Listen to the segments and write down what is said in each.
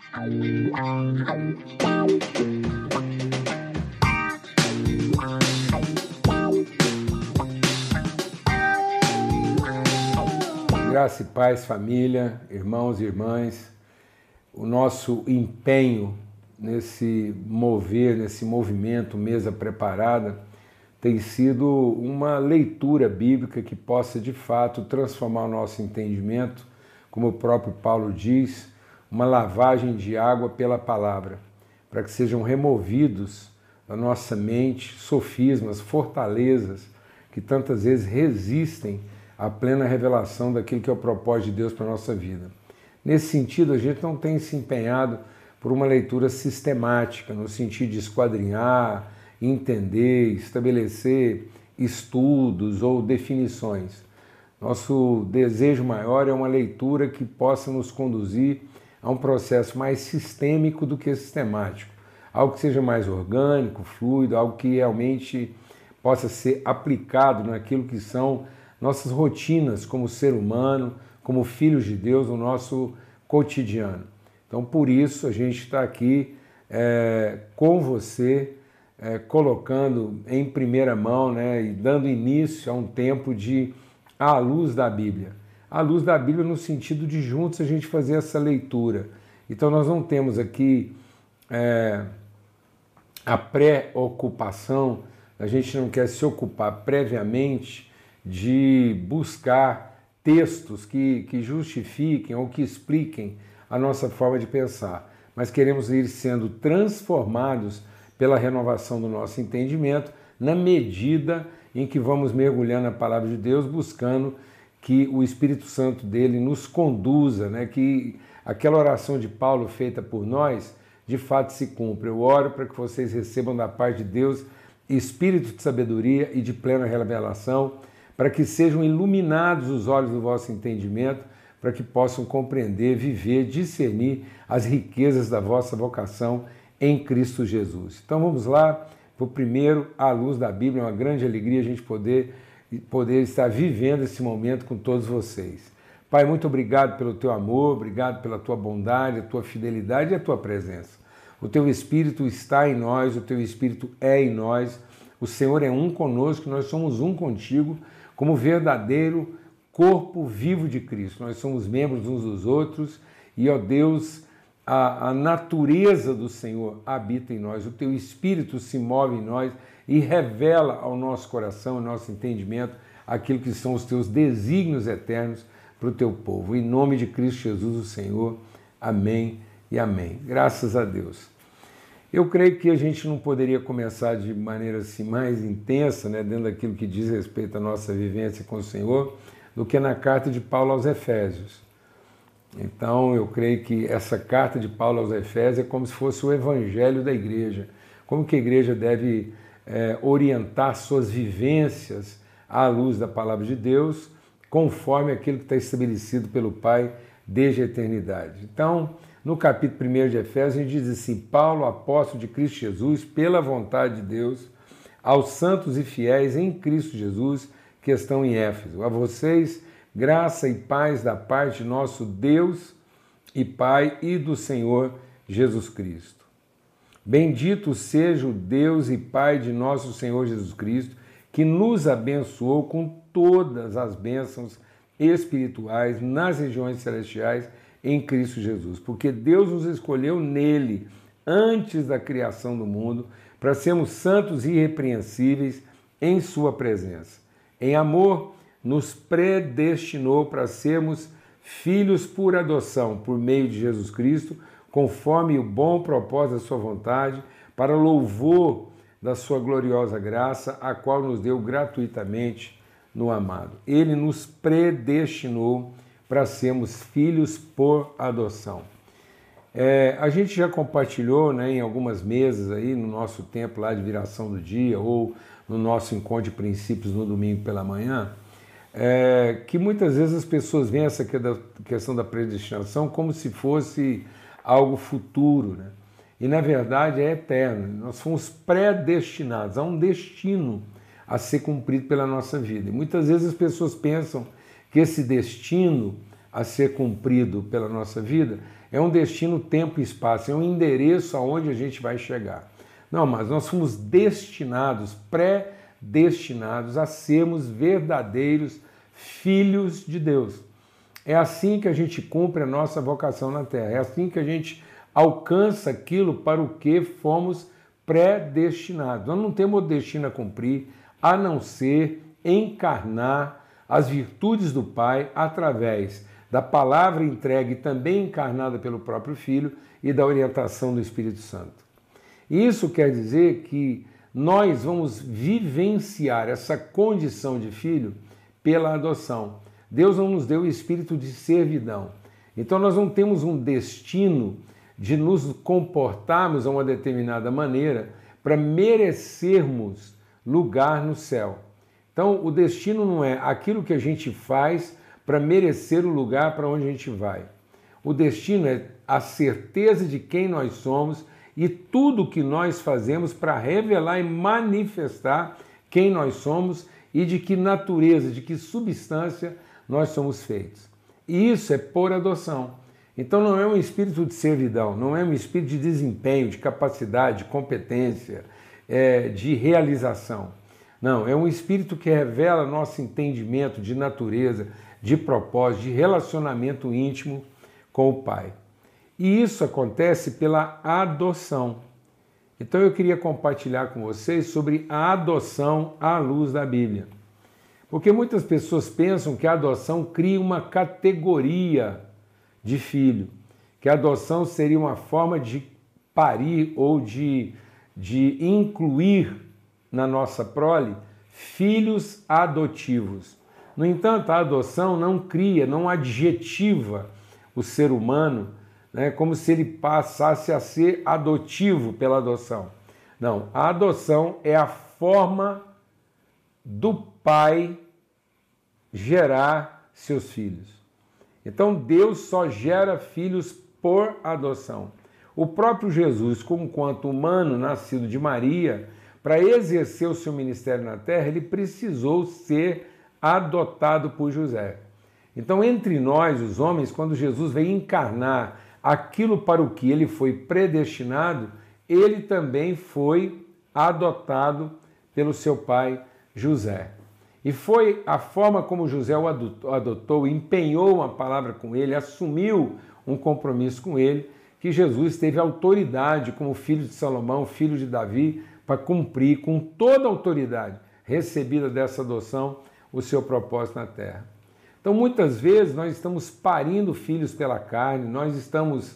Graça e paz, família, irmãos e irmãs. O nosso empenho nesse movimento Mesa Preparada, tem sido uma leitura bíblica que possa de fato transformar o nosso entendimento, como o próprio Paulo diz, uma lavagem de água pela palavra, para que sejam removidos da nossa mente sofismas, fortalezas que tantas vezes resistem à plena revelação daquilo que é o propósito de Deus para a nossa vida. Nesse sentido, a gente não tem se empenhado por uma leitura sistemática, no sentido de esquadrinhar, entender, estabelecer estudos ou definições. Nosso desejo maior é uma leitura que possa nos conduzir a um processo mais sistêmico do que sistemático, algo que seja mais orgânico, fluido, algo que realmente possa ser aplicado naquilo que são nossas rotinas como ser humano, como filhos de Deus, no nosso cotidiano. Então, por isso, a gente está aqui com você, colocando em primeira mão, e dando início a um tempo de à luz da Bíblia. À luz da Bíblia no sentido de juntos a gente fazer essa leitura. Então, nós não temos aqui a preocupação, a gente não quer se ocupar previamente de buscar textos que justifiquem ou que expliquem a nossa forma de pensar, mas queremos ir sendo transformados pela renovação do nosso entendimento na medida em que vamos mergulhando na palavra de Deus, buscando que o Espírito Santo dele nos conduza, que aquela oração de Paulo feita por nós, de fato se cumpra. Eu oro para que vocês recebam da parte de Deus espírito de sabedoria e de plena revelação, para que sejam iluminados os olhos do vosso entendimento, para que possam compreender, viver, discernir as riquezas da vossa vocação em Cristo Jesus. Então vamos lá, para o primeiro, à luz da Bíblia. É uma grande alegria a gente poder estar vivendo esse momento com todos vocês. Pai, muito obrigado pelo teu amor, obrigado pela tua bondade, a tua fidelidade e a tua presença. O teu Espírito está em nós, o teu Espírito é em nós, o Senhor é um conosco, nós somos um contigo, como verdadeiro corpo vivo de Cristo. Nós somos membros uns dos outros e, ó Deus, a natureza do Senhor habita em nós, o teu Espírito se move em nós e revela ao nosso coração, ao nosso entendimento, aquilo que são os teus desígnios eternos para o teu povo. Em nome de Cristo Jesus, o Senhor. Amém e amém. Graças a Deus. Eu creio que a gente não poderia começar de maneira assim mais intensa, dentro daquilo que diz respeito à nossa vivência com o Senhor, do que na carta de Paulo aos Efésios. Então, eu creio que essa carta de Paulo aos Efésios é como se fosse o evangelho da igreja. Como que a igreja deve orientar suas vivências à luz da palavra de Deus, conforme aquilo que está estabelecido pelo Pai desde a eternidade. Então, no capítulo 1 de Efésios, a gente diz assim: Paulo, apóstolo de Cristo Jesus, pela vontade de Deus, aos santos e fiéis em Cristo Jesus, que estão em Éfeso. A vocês, graça e paz da parte de nosso Deus e Pai e do Senhor Jesus Cristo. Bendito seja o Deus e Pai de nosso Senhor Jesus Cristo, que nos abençoou com todas as bênçãos espirituais nas regiões celestiais em Cristo Jesus, porque Deus nos escolheu nele antes da criação do mundo para sermos santos e irrepreensíveis em sua presença. Em amor, nos predestinou para sermos filhos por adoção, por meio de Jesus Cristo, conforme o bom propósito da sua vontade, para louvor da sua gloriosa graça, a qual nos deu gratuitamente no amado. Ele nos predestinou para sermos filhos por adoção. A gente já compartilhou em algumas mesas aí no nosso tempo lá de viração do dia ou no nosso encontro de princípios no domingo pela manhã, que muitas vezes as pessoas veem essa questão da predestinação como se fosse algo futuro, e na verdade é eterno. Nós fomos predestinados a um destino a ser cumprido pela nossa vida. E muitas vezes as pessoas pensam que esse destino a ser cumprido pela nossa vida, é um destino, tempo e espaço, é um endereço aonde a gente vai chegar. Não, mas nós fomos destinados, predestinados a sermos verdadeiros filhos de Deus. É assim que a gente cumpre a nossa vocação na Terra, é assim que a gente alcança aquilo para o que fomos predestinados. Nós não temos o destino a cumprir, a não ser encarnar as virtudes do Pai através da palavra entregue, também encarnada pelo próprio Filho, e da orientação do Espírito Santo. Isso quer dizer que nós vamos vivenciar essa condição de filho pela adoção. Deus não nos deu o espírito de servidão. Então nós não temos um destino de nos comportarmos de uma determinada maneira para merecermos lugar no céu. Então o destino não é aquilo que a gente faz para merecer o lugar para onde a gente vai. O destino é a certeza de quem nós somos e tudo que nós fazemos para revelar e manifestar quem nós somos e de que natureza, de que substância nós somos feitos. E isso é por adoção. Então não é um espírito de servidão, não é um espírito de desempenho, de capacidade, de competência, de realização. Não, é um espírito que revela nosso entendimento de natureza, de propósito, de relacionamento íntimo com o Pai. E isso acontece pela adoção. Então eu queria compartilhar com vocês sobre a adoção à luz da Bíblia. Porque muitas pessoas pensam que a adoção cria uma categoria de filho, que a adoção seria uma forma de parir ou de incluir na nossa prole filhos adotivos. No entanto, a adoção não cria, não adjetiva o ser humano, né, como se ele passasse a ser adotivo pela adoção. Não, a adoção é a forma do pai gerar seus filhos. Então Deus só gera filhos por adoção. O próprio Jesus, enquanto humano nascido de Maria, para exercer o seu ministério na terra, ele precisou ser adotado por José. Então, entre nós, os homens, quando Jesus veio encarnar aquilo para o que ele foi predestinado, ele também foi adotado pelo seu pai José. E foi a forma como José o adotou, empenhou uma palavra com ele, assumiu um compromisso com ele, que Jesus teve autoridade como filho de Salomão, filho de Davi, para cumprir com toda a autoridade recebida dessa adoção o seu propósito na terra. Então, muitas vezes, nós estamos parindo filhos pela carne, nós estamos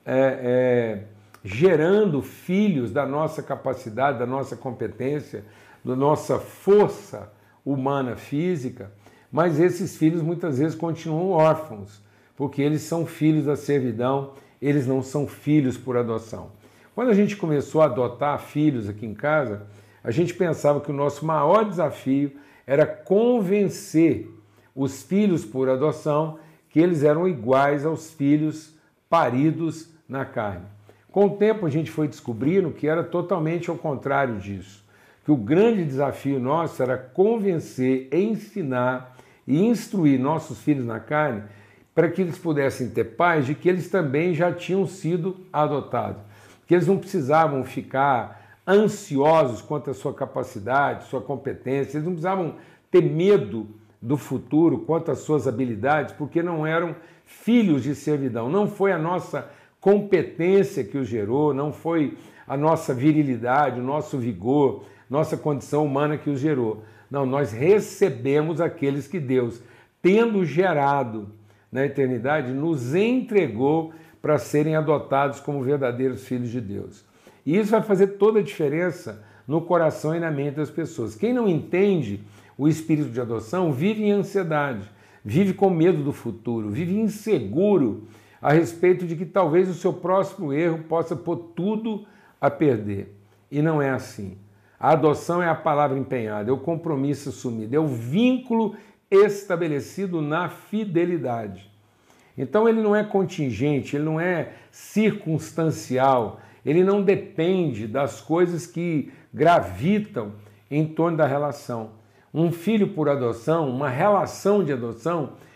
gerando filhos da nossa capacidade, da nossa competência, da nossa força humana física, mas esses filhos muitas vezes continuam órfãos, porque eles são filhos da servidão, eles não são filhos por adoção. Quando a gente começou a adotar filhos aqui em casa, a gente pensava que o nosso maior desafio era convencer os filhos por adoção que eles eram iguais aos filhos paridos na carne. Com o tempo a gente foi descobrindo que era totalmente ao contrário disso, que o grande desafio nosso era convencer, ensinar e instruir nossos filhos na carne para que eles pudessem ter paz de que eles também já tinham sido adotados, que eles não precisavam ficar ansiosos quanto à sua capacidade, sua competência, eles não precisavam ter medo do futuro quanto às suas habilidades, porque não eram filhos de servidão. Não foi a nossa competência que os gerou, não foi a nossa virilidade, o nosso vigor, nossa condição humana que os gerou. Não, nós recebemos aqueles que Deus, tendo gerado na eternidade, nos entregou para serem adotados como verdadeiros filhos de Deus. E isso vai fazer toda a diferença no coração e na mente das pessoas. Quem não entende o espírito de adoção vive em ansiedade, vive com medo do futuro, vive inseguro a respeito de que talvez o seu próximo erro possa pôr tudo a perder. E não é assim. A adoção é a palavra empenhada, é o compromisso assumido, é o vínculo estabelecido na fidelidade. Então ele não é contingente, ele não é circunstancial, ele não depende das coisas que gravitam em torno da relação. Um filho por adoção, uma relação de adoção,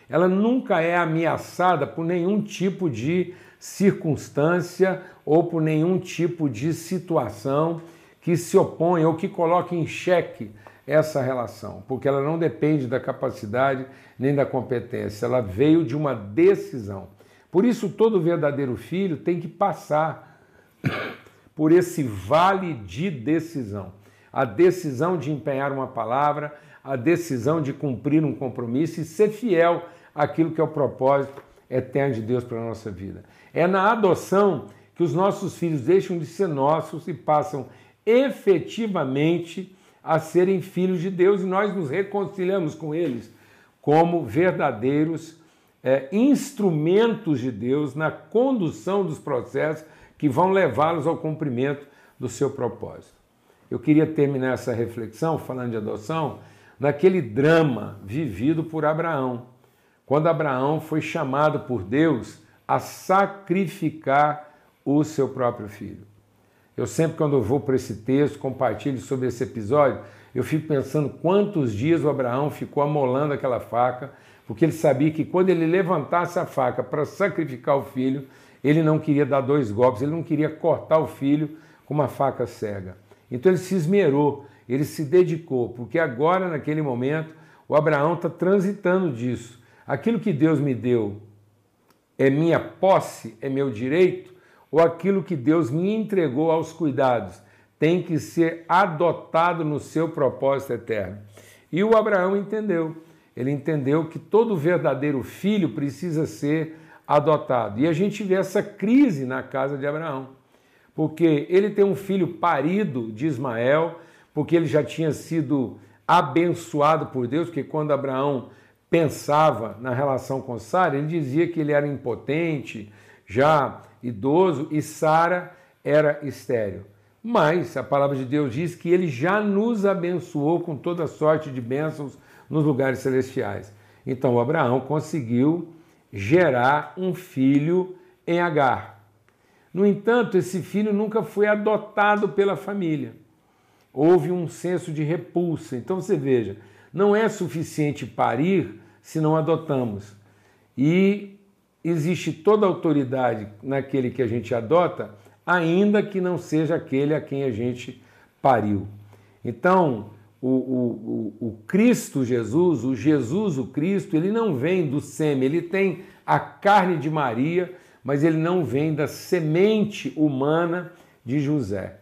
ela nunca é ameaçada por nenhum tipo de circunstância ou por nenhum tipo de situação que se opõe ou que coloque em xeque essa relação, porque ela não depende da capacidade nem da competência, ela veio de uma decisão. Por isso, todo verdadeiro filho tem que passar por esse vale de decisão. A decisão de empenhar uma palavra, a decisão de cumprir um compromisso e ser fiel àquilo que é o propósito eterno de Deus para a nossa vida. É na adoção que os nossos filhos deixam de ser nossos e passam efetivamente a serem filhos de Deus, e nós nos reconciliamos com eles como verdadeiros instrumentos de Deus na condução dos processos que vão levá-los ao cumprimento do seu propósito. Eu queria terminar essa reflexão falando de adoção naquele drama vivido por Abraão, quando Abraão foi chamado por Deus a sacrificar o seu próprio filho. Eu sempre, quando eu vou para esse texto, compartilho sobre esse episódio, eu fico pensando quantos dias o Abraão ficou amolando aquela faca, porque ele sabia que quando ele levantasse a faca para sacrificar o filho, ele não queria dar 2 golpes, ele não queria cortar o filho com uma faca cega. Então ele se esmerou, ele se dedicou, porque agora, naquele momento, o Abraão está transitando disso. Aquilo que Deus me deu é minha posse, é meu direito, ou aquilo que Deus me entregou aos cuidados tem que ser adotado no seu propósito eterno. E o Abraão entendeu. Ele entendeu que todo verdadeiro filho precisa ser adotado. E a gente vê essa crise na casa de Abraão, porque ele tem um filho parido de Ismael, porque ele já tinha sido abençoado por Deus, porque quando Abraão pensava na relação com Sara, ele dizia que ele era impotente, já idoso, e Sara era estéril. Mas a palavra de Deus diz que ele já nos abençoou com toda sorte de bênçãos nos lugares celestiais. Então Abraão conseguiu gerar um filho em Agar. No entanto, esse filho nunca foi adotado pela família. Houve um senso de repulsa. Então você veja, não é suficiente parir se não adotamos. E existe toda a autoridade naquele que a gente adota, ainda que não seja aquele a quem a gente pariu. Então, o Cristo Jesus, o Cristo, ele não vem do sêmen, ele tem a carne de Maria, mas ele não vem da semente humana de José.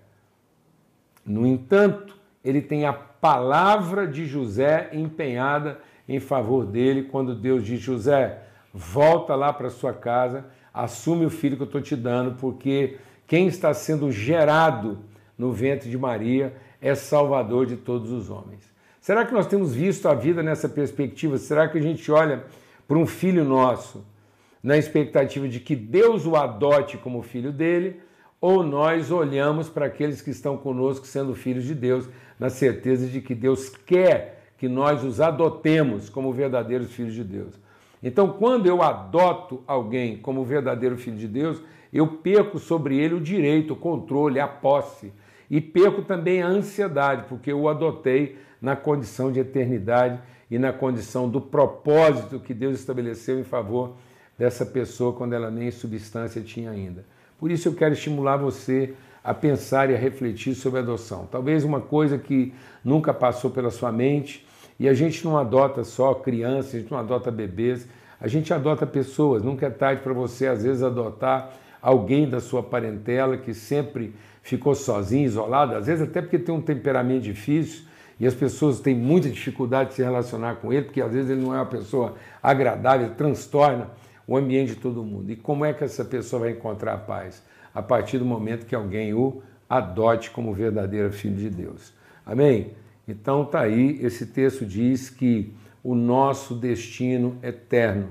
No entanto, ele tem a palavra de José empenhada em favor dele, quando Deus diz: José, volta lá para sua casa, assume o filho que eu estou te dando, porque quem está sendo gerado no ventre de Maria é Salvador de todos os homens. Será que nós temos visto a vida nessa perspectiva? Será que a gente olha para um filho nosso na expectativa de que Deus o adote como filho dele, ou nós olhamos para aqueles que estão conosco sendo filhos de Deus, na certeza de que Deus quer que nós os adotemos como verdadeiros filhos de Deus? Então, quando eu adoto alguém como verdadeiro filho de Deus, eu perco sobre ele o direito, o controle, a posse. E perco também a ansiedade, porque eu o adotei na condição de eternidade e na condição do propósito que Deus estabeleceu em favor dessa pessoa quando ela nem substância tinha ainda. Por isso eu quero estimular você a pensar e a refletir sobre a adoção. Talvez uma coisa que nunca passou pela sua mente, e a gente não adota só crianças, a gente não adota bebês, a gente adota pessoas. Nunca é tarde para você, às vezes, adotar alguém da sua parentela que sempre ficou sozinho, isolado, às vezes até porque tem um temperamento difícil e as pessoas têm muita dificuldade de se relacionar com ele, porque às vezes ele não é uma pessoa agradável, ele transtorna o ambiente de todo mundo. E como é que essa pessoa vai encontrar a paz? A partir do momento que alguém o adote como verdadeiro filho de Deus. Amém? Então está aí, esse texto diz que o nosso destino eterno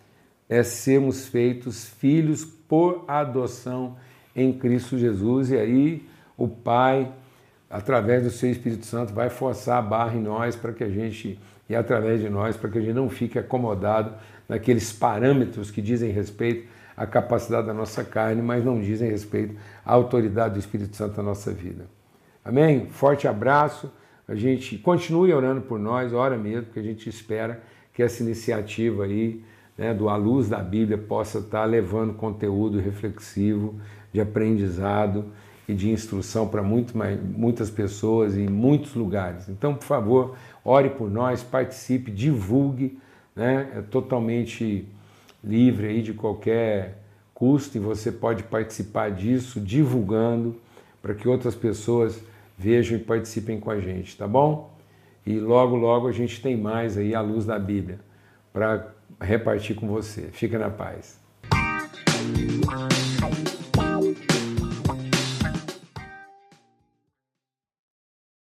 é sermos feitos filhos por adoção em Cristo Jesus, e aí o Pai, através do seu Espírito Santo, vai forçar a barra em nós para que a gente, e através de nós, para que a gente não fique acomodado naqueles parâmetros que dizem respeito à capacidade da nossa carne, mas não dizem respeito à autoridade do Espírito Santo na nossa vida. Amém? Forte abraço. A gente continue orando por nós, ora mesmo, porque a gente espera que essa iniciativa aí, né, do A Luz da Bíblia possa estar levando conteúdo reflexivo, de aprendizado e de instrução para muitas pessoas em muitos lugares. Então, por favor, ore por nós, participe, divulgue, né? É totalmente livre aí de qualquer custo e você pode participar disso divulgando para que outras pessoas vejam e participem com a gente, tá bom? E logo, logo a gente tem mais aí A Luz da Bíblia para repartir com você. Fica na paz.